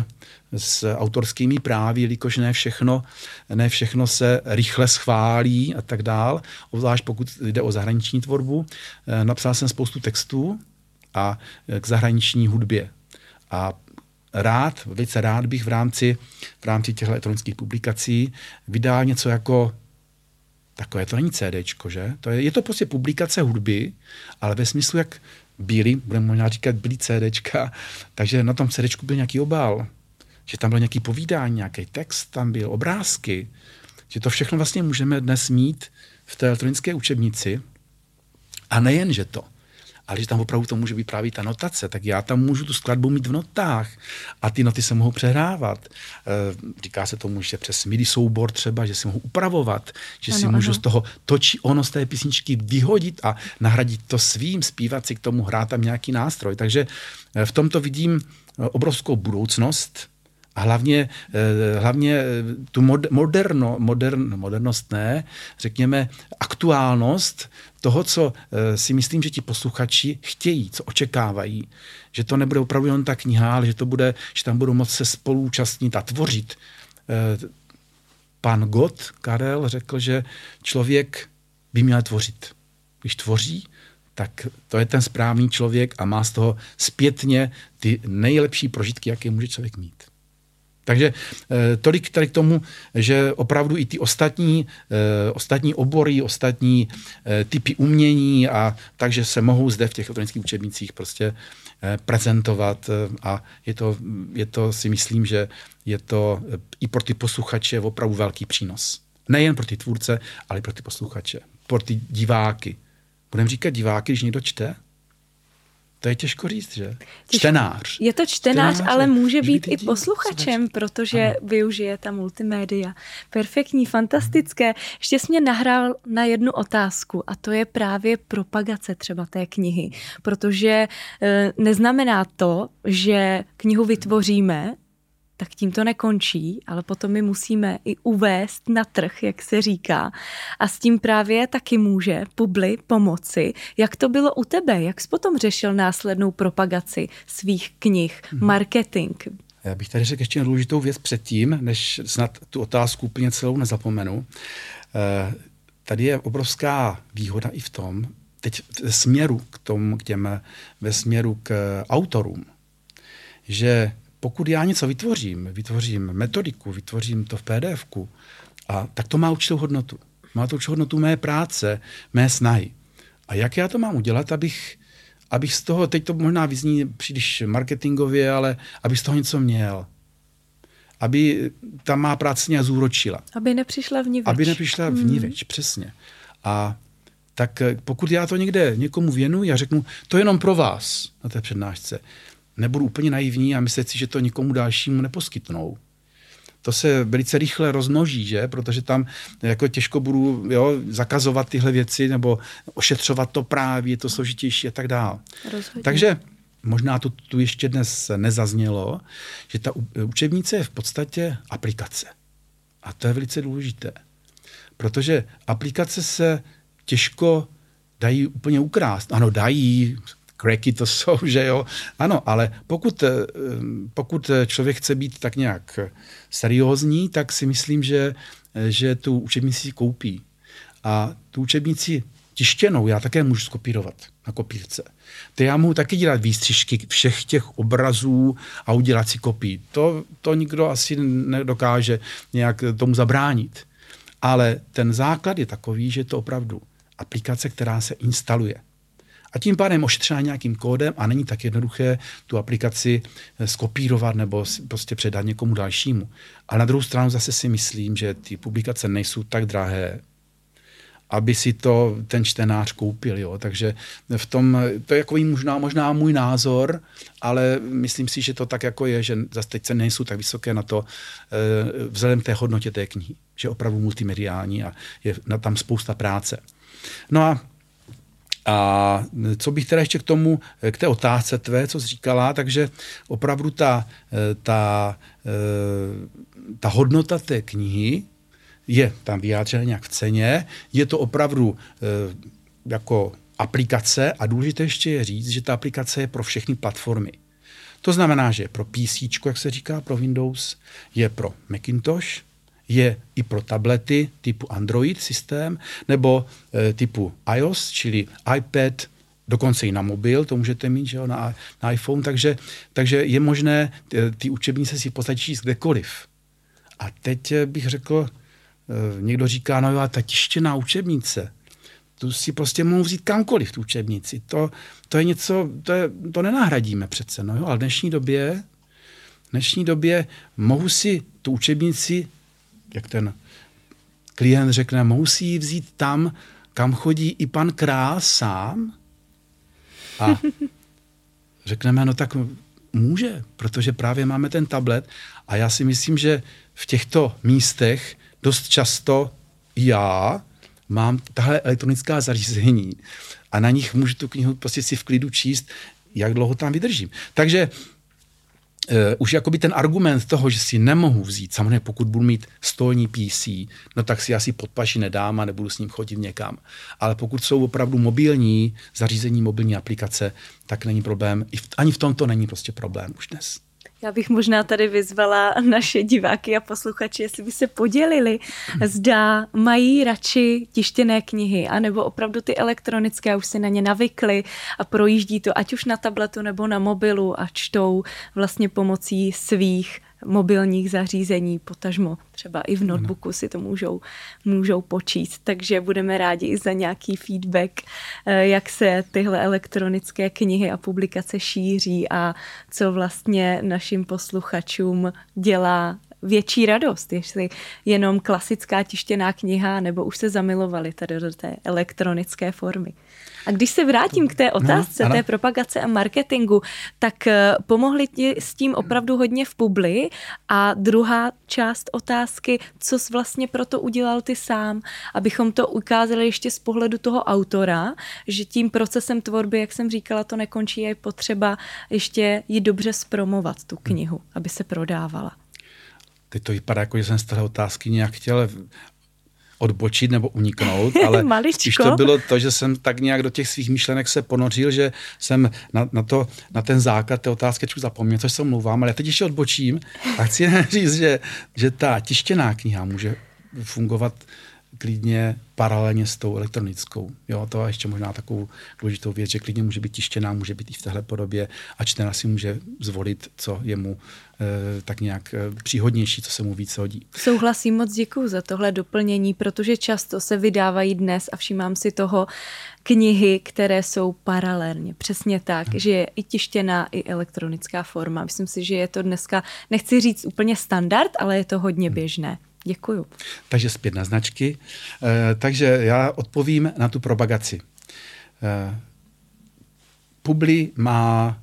s autorskými právy, jelikož ne všechno se rychle schválí a tak dál, obzvlášť pokud jde o zahraniční tvorbu. Napsal jsem spoustu textů a k zahraniční hudbě. A velice rád bych v rámci těchto elektronických publikací vydal něco jako takové, to není CDčko, že? Je to prostě publikace hudby, ale ve smyslu, jak budeme možná říkat byly CDčka, takže na tom CDčku byl nějaký obal, že tam bylo nějaký povídání, nějaký text, tam byl obrázky, že to všechno vlastně můžeme dnes mít v té elektronické učebnici a nejen, že to, ale že tam opravdu to může být právě ta notace, tak já tam můžu tu skladbu mít v notách a ty noty se mohou přehrávat. Říká se tomu, že přes MIDI soubor třeba, že si mohu upravovat, že si můžu z toho z té písničky vyhodit a nahradit to svým, zpívat si k tomu, hrát tam nějaký nástroj. Takže v tomto vidím obrovskou budoucnost a hlavně tu modernost, řekněme aktuálnost toho, co si myslím, že ti posluchači chtějí, co očekávají. Že to nebude opravdu jen ta kniha, ale že tam budou moct se spoluúčastnit a tvořit. Pan Gott, Karel, řekl, že člověk by měl tvořit. Když tvoří, tak to je ten správný člověk a má z toho zpětně ty nejlepší prožitky, jaké může člověk mít. Takže tolik tady k tomu, že opravdu i ty ostatní obory, ostatní typy umění a takže se mohou zde v těch elektronických učebnicích prostě prezentovat a je to si myslím, že je to i pro ty posluchače opravdu velký přínos. Nejen pro ty tvůrce, ale i pro ty posluchače, pro ty diváky. Budeme říkat diváky, když někdo čte? To je těžko říct, že? Čtenář.
Je to čtenář, ale může být i posluchačem, protože využije ta multimédia. Perfektní, fantastické. Ještě jsi mě nahrál na jednu otázku a to je právě propagace třeba té knihy, protože neznamená to, že knihu vytvoříme, tak tím to nekončí, ale potom my musíme i uvést na trh, jak se říká. A s tím právě taky může Publi pomoci. Jak to bylo u tebe? Jak jsi potom řešil následnou propagaci svých knih, marketing?
Já bych tady řekl ještě důležitou věc předtím, než snad tu otázku úplně celou nezapomenu. Tady je obrovská výhoda i v tom, teď ve směru k autorům, že pokud já něco vytvořím metodiku, vytvořím to v PDFku, tak to má určitou hodnotu. Má to určitou hodnotu mé práce, mé snahy. A jak já to mám udělat, abych z toho, teď to možná vyzní příliš marketingově, ale abych z toho něco měl. Aby ta má práce nějak zúročila.
Aby nepřišla vniveč.
Přesně. A tak pokud já to někde někomu věnuji a řeknu, to je jenom pro vás na té přednášce, nebudu úplně naivní a myslet si, že to nikomu dalšímu neposkytnou. To se velice rychle rozmnoží, že? Protože tam jako těžko budu zakazovat tyhle věci nebo ošetřovat to práví, je to složitější a tak dále. Takže možná to tu ještě dnes nezaznělo, že ta učebnice je v podstatě aplikace. A to je velice důležité. Protože aplikace se těžko dají úplně ukrást. Ano, dají, cracky to jsou, že jo. Ano, ale pokud člověk chce být tak nějak seriózní, tak si myslím, že tu učebnici koupí. A tu učebnici tištěnou já také můžu skopírovat na kopírce. To já mohu taky dělat výstřižky všech těch obrazů a udělat si kopii. To nikdo asi nedokáže nějak tomu zabránit. Ale ten základ je takový, že je to opravdu aplikace, která se instaluje. A tím pádem ošetřená nějakým kódem a není tak jednoduché tu aplikaci skopírovat nebo prostě předat někomu dalšímu. Ale na druhou stranu zase si myslím, že ty publikace nejsou tak drahé, aby si to ten čtenář koupil. Jo? Takže v tom, to je jako možná můj názor, ale myslím si, že to tak jako je, že zase teď ceny nejsou tak vysoké na to vzhledem té hodnotě té knihy, že je opravdu multimediální a je tam spousta práce. No a A co bych teda ještě k té otázce tvé, co jsi říkala, takže opravdu ta hodnota té knihy je tam vyjádřena nějak v ceně, je to opravdu jako aplikace a důležité ještě je říct, že ta aplikace je pro všechny platformy. To znamená, že je pro PC, jak se říká, pro Windows, je pro Macintosh, je i pro tablety typu Android systém, nebo typu iOS, čili iPad, dokonce i na mobil, to můžete mít, že jo, na iPhone, takže je možné ty učebnice si v podstatě číst kdekoliv. A teď bych řekl, někdo říká, no jo, a ta tištěná učebnice, tu si prostě mohou vzít kamkoliv tu učebnici. To je něco, to nenahradíme přece, no jo, ale v dnešní době mohu si tu učebnici, jak ten klient řekne, mohu si ji vzít tam, kam chodí i pan král sám. A řekneme, no tak může, protože právě máme ten tablet a já si myslím, že v těchto místech dost často já mám tahle elektronická zařízení a na nich můžu tu knihu prostě si v klidu číst, jak dlouho tam vydržím. Takže už jakoby ten argument toho, že si nemohu vzít, samozřejmě pokud budu mít stolní PC, no tak si asi pod paži nedám a nebudu s ním chodit někam. Ale pokud jsou opravdu mobilní zařízení, mobilní aplikace, tak není problém. Ani v tomto není prostě problém už dnes.
Já bych možná tady vyzvala naše diváky a posluchače, jestli by se podělili, zda mají radši tištěné knihy, anebo opravdu ty elektronické, už si na ně navykli a projíždí to ať už na tabletu nebo na mobilu a čtou vlastně pomocí svých mobilních zařízení, potažmo třeba i v notebooku si to můžou počíst. Takže budeme rádi i za nějaký feedback, jak se tyhle elektronické knihy a publikace šíří a co vlastně našim posluchačům dělá větší radost, jestli jenom klasická tištěná kniha, nebo už se zamilovali tady do té elektronické formy. A když se vrátím k té otázce, té propagace a marketingu, tak pomohli ti s tím opravdu hodně v Publi a druhá část otázky, co jsi vlastně proto udělal ty sám, abychom to ukázali ještě z pohledu toho autora, že tím procesem tvorby, jak jsem říkala, to nekončí, je potřeba ještě ji dobře zpromovat, tu knihu, aby se prodávala.
Teď to vypadá, jako že jsem z téhle otázky nějak chtěl odbočit nebo uniknout, ale spíš to bylo to, že jsem tak nějak do těch svých myšlenek se ponořil, že jsem na ten základ té otázky zapomněl, což se omlouvám, ale já teď ještě odbočím a chci říct, že ta tištěná kniha může fungovat klidně paralelně s tou elektronickou. Jo, to je ještě možná takovou důležitou věc, že klidně může být tištěná, může být i v téhle podobě a čtenář si může zvolit, co je mu tak nějak příhodnější, co se mu víc hodí.
Souhlasím, moc děkuju za tohle doplnění, protože často se vydávají dnes a všímám si toho knihy, které jsou paralelně. Přesně tak, že je i tištěná, i elektronická forma. Myslím si, že je to dneska, nechci říct úplně standard, ale je to hodně běžné. Děkuju.
Takže zpět na značky. Takže já odpovím na tu propagaci. Publi má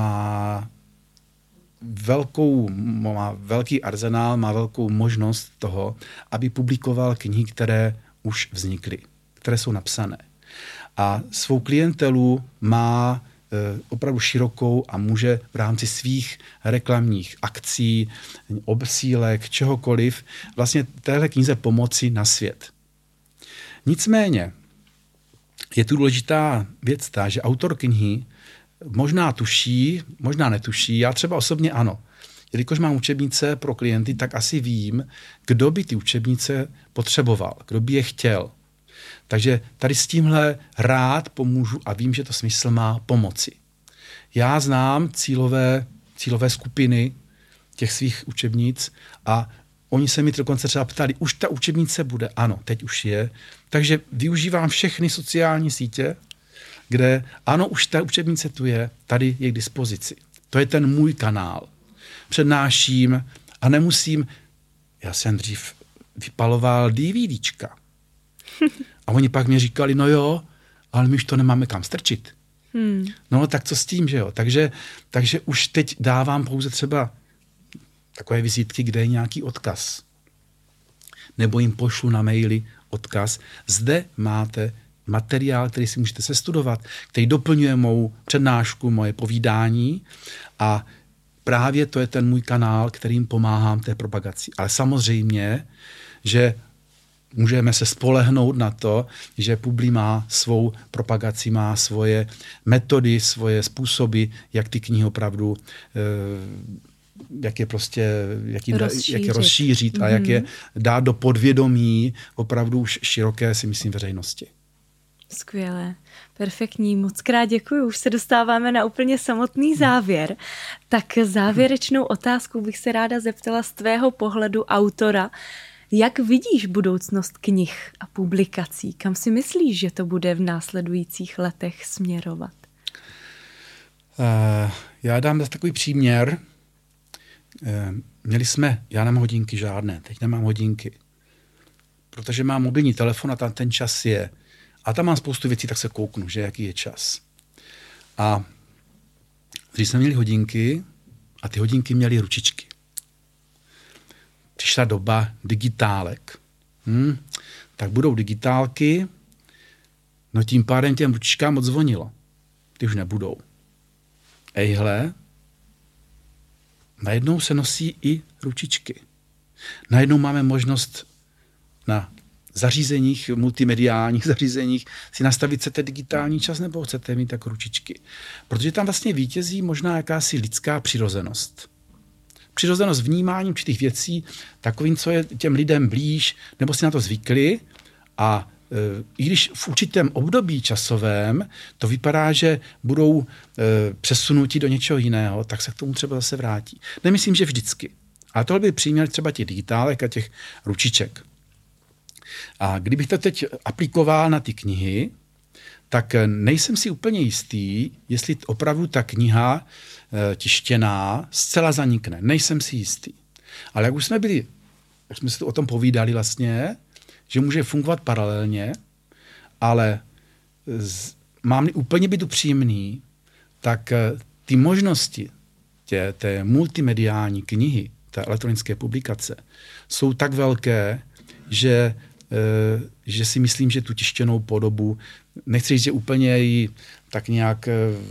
velký arzenál, má velkou možnost toho, aby publikoval knihy, které už vznikly, které jsou napsané. A svou klientelu má opravdu širokou a může v rámci svých reklamních akcí, obsílek, čehokoliv, vlastně téhle knize pomoci na svět. Nicméně je tu důležitá věc ta, že autor knihy možná tuší, možná netuší, já třeba osobně ano. Jelikož mám učebnice pro klienty, tak asi vím, kdo by ty učebnice potřeboval, kdo by je chtěl. Takže tady s tímhle rád pomůžu a vím, že to smysl má pomoci. Já znám cílové skupiny těch svých učebnic a oni se mi dokonce třeba ptali, už ta učebnice bude? Ano, teď už je. Takže využívám všechny sociální sítě, kde ano, už ta učebnice tu je, tady je k dispozici. To je ten můj kanál. Přednáším a nemusím, já jsem dřív vypaloval DVDčka. A oni pak mě říkali, no jo, ale my už to nemáme kam strčit. No tak co s tím, že jo? Takže už teď dávám pouze třeba takové vizitky, kde je nějaký odkaz. Nebo jim pošlu na maily odkaz. Zde máte materiál, který si můžete sestudovat, který doplňuje mou přednášku, moje povídání a právě to je ten můj kanál, kterým pomáhám té propagaci. Ale samozřejmě, že můžeme se spolehnout na to, že Publi má svou propagaci, má svoje metody, svoje způsoby, jak ty knihy opravdu, jak je prostě, jak je rozšířit a jak je dát do podvědomí opravdu široké, si myslím, veřejnosti.
Skvělé, perfektní, moc krát děkuji. Už se dostáváme na úplně samotný závěr. Tak závěrečnou otázku bych se ráda zeptala z tvého pohledu autora. Jak vidíš budoucnost knih a publikací? Kam si myslíš, že to bude v následujících letech směrovat?
Já dám takový příměr. Já nemám hodinky žádné, teď nemám hodinky, protože mám mobilní telefon a tam ten čas je. A tam mám spoustu věcí, tak se kouknu, že jaký je čas. A když jsme měli hodinky a ty hodinky měly ručičky. Přišla doba digitálek. Tak budou digitálky, no tím pádem těm ručičkám odzvonilo. Ty už nebudou. Ejhle, najednou se nosí i ručičky. Najednou máme možnost na zařízeních, multimediálních zařízeních si nastavit, chcete digitální čas nebo chcete mít tak ručičky. Protože tam vlastně vítězí možná jakási lidská přirozenost. Přirozenost vnímáním určitých věcí, takovým, co je těm lidem blíž, nebo si na to zvykli. A i když v určitém období časovém to vypadá, že budou přesunuti do něčeho jiného, tak se k tomu třeba zase vrátí. Nemyslím, že vždycky. Ale tohle by příměr třeba těch digitálek a těch ručiček. A kdybych to teď aplikoval na ty knihy, tak nejsem si úplně jistý, jestli opravdu ta kniha tištěná zcela zanikne. Nejsem si jistý. Ale jak jsme si o tom povídali vlastně, že může fungovat paralelně, ale mám-li úplně být upřímný, tak ty možnosti té multimediální knihy, té elektronické publikace, jsou tak velké, že si myslím, že tu tištěnou podobu, nechci říct, že úplně ji tak nějak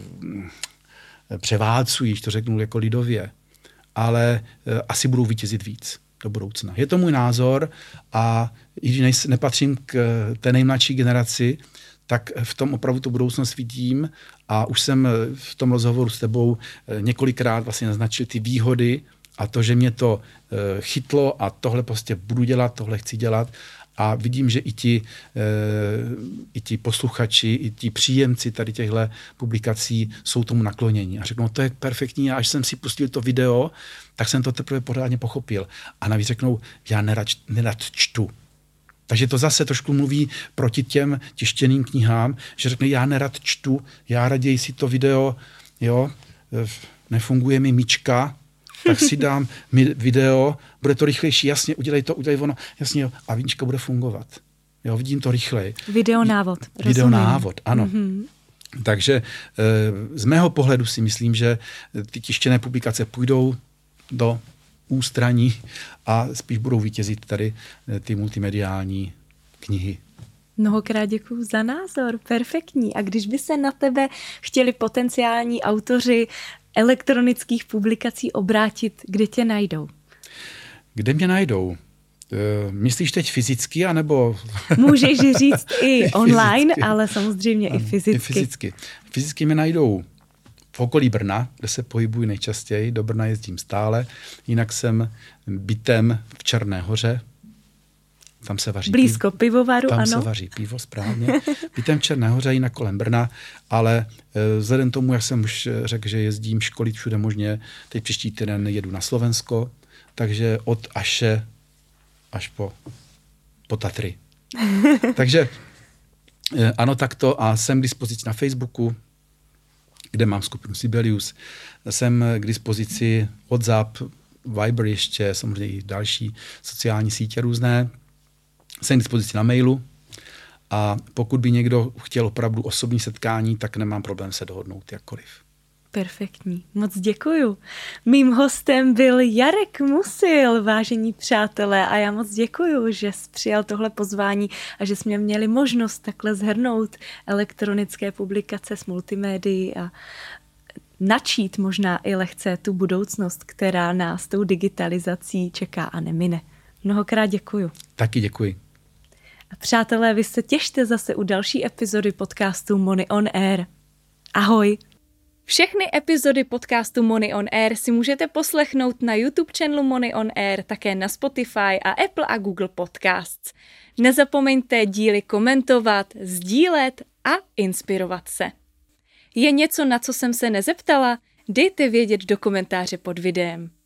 převálcují, to řeknu jako lidově, ale asi budou vítězit víc do budoucna. Je to můj názor a i když nepatřím k té nejmladší generaci, tak v tom opravdu tu budoucnost vidím a už jsem v tom rozhovoru s tebou několikrát vlastně naznačil ty výhody a to, že mě to chytlo a tohle prostě budu dělat, tohle chci dělat. A vidím, že i ti posluchači, i ti příjemci tady těchto publikací jsou tomu nakloněni. A řeknou, to je perfektní. A až jsem si pustil to video, tak jsem to teprve pořádně pochopil. A navíc řeknou, já nerad čtu. Takže to zase trošku mluví proti těm tištěným knihám, že řekne, já nerad čtu, já raději si to video, nefunguje mi myčka, tak si dám video, bude to rychlejší, jasně, udělej ono, jasně, jo, a víčka bude fungovat. Jo, vidím to rychleji.
Videonávod.
Videonávod, ano. Mm-hmm. Takže z mého pohledu si myslím, že ty tištěné publikace půjdou do ústraní a spíš budou vítězit tady ty multimediální knihy.
Mnohokrát děkuju za názor, perfektní. A když by se na tebe chtěli potenciální autoři elektronických publikací obrátit, kde tě najdou?
Kde mě najdou? Myslíš teď fyzicky, anebo...
Můžeš říct i online, ale samozřejmě i fyzicky.
I fyzicky. Fyzicky mě najdou v okolí Brna, kde se pohybuji nejčastěji. Do Brna jezdím stále. Jinak jsem bytem v Černé Hoře. Tam se vaří
blízko pivovaru,
tam
ano.
se vaří pivo, správně. Bytem v Černé Hoře, jinak kolem Brna, ale vzhledem tomu, jak jsem už řekl, že jezdím školit všude možně, teď příští týden jedu na Slovensko, takže od Aše až po Tatry. Takže ano, takto a jsem k dispozici na Facebooku, kde mám skupinu Sibelius. Jsem k dispozici WhatsApp, Viber ještě, samozřejmě i další sociální sítě různé. Jsem k dispozici na mailu a pokud by někdo chtěl opravdu osobní setkání, tak nemám problém se dohodnout jakkoliv.
Perfektní, moc děkuju. Mým hostem byl Jarek Musil, vážení přátelé, a já moc děkuju, že jsi přijal tohle pozvání a že jsme měli možnost takhle shrnout elektronické publikace s multimédií a načít možná i lehce tu budoucnost, která nás tou digitalizací čeká a nemine. Mnohokrát děkuju.
Taky děkuji.
A přátelé, vy se těšte zase u další epizody podcastu Money on Air. Ahoj! Všechny epizody podcastu Money on Air si můžete poslechnout na YouTube channelu Money on Air, také na Spotify a Apple a Google Podcasts. Nezapomeňte díly komentovat, sdílet a inspirovat se. Je něco, na co jsem se nezeptala? Dejte vědět do komentáře pod videem.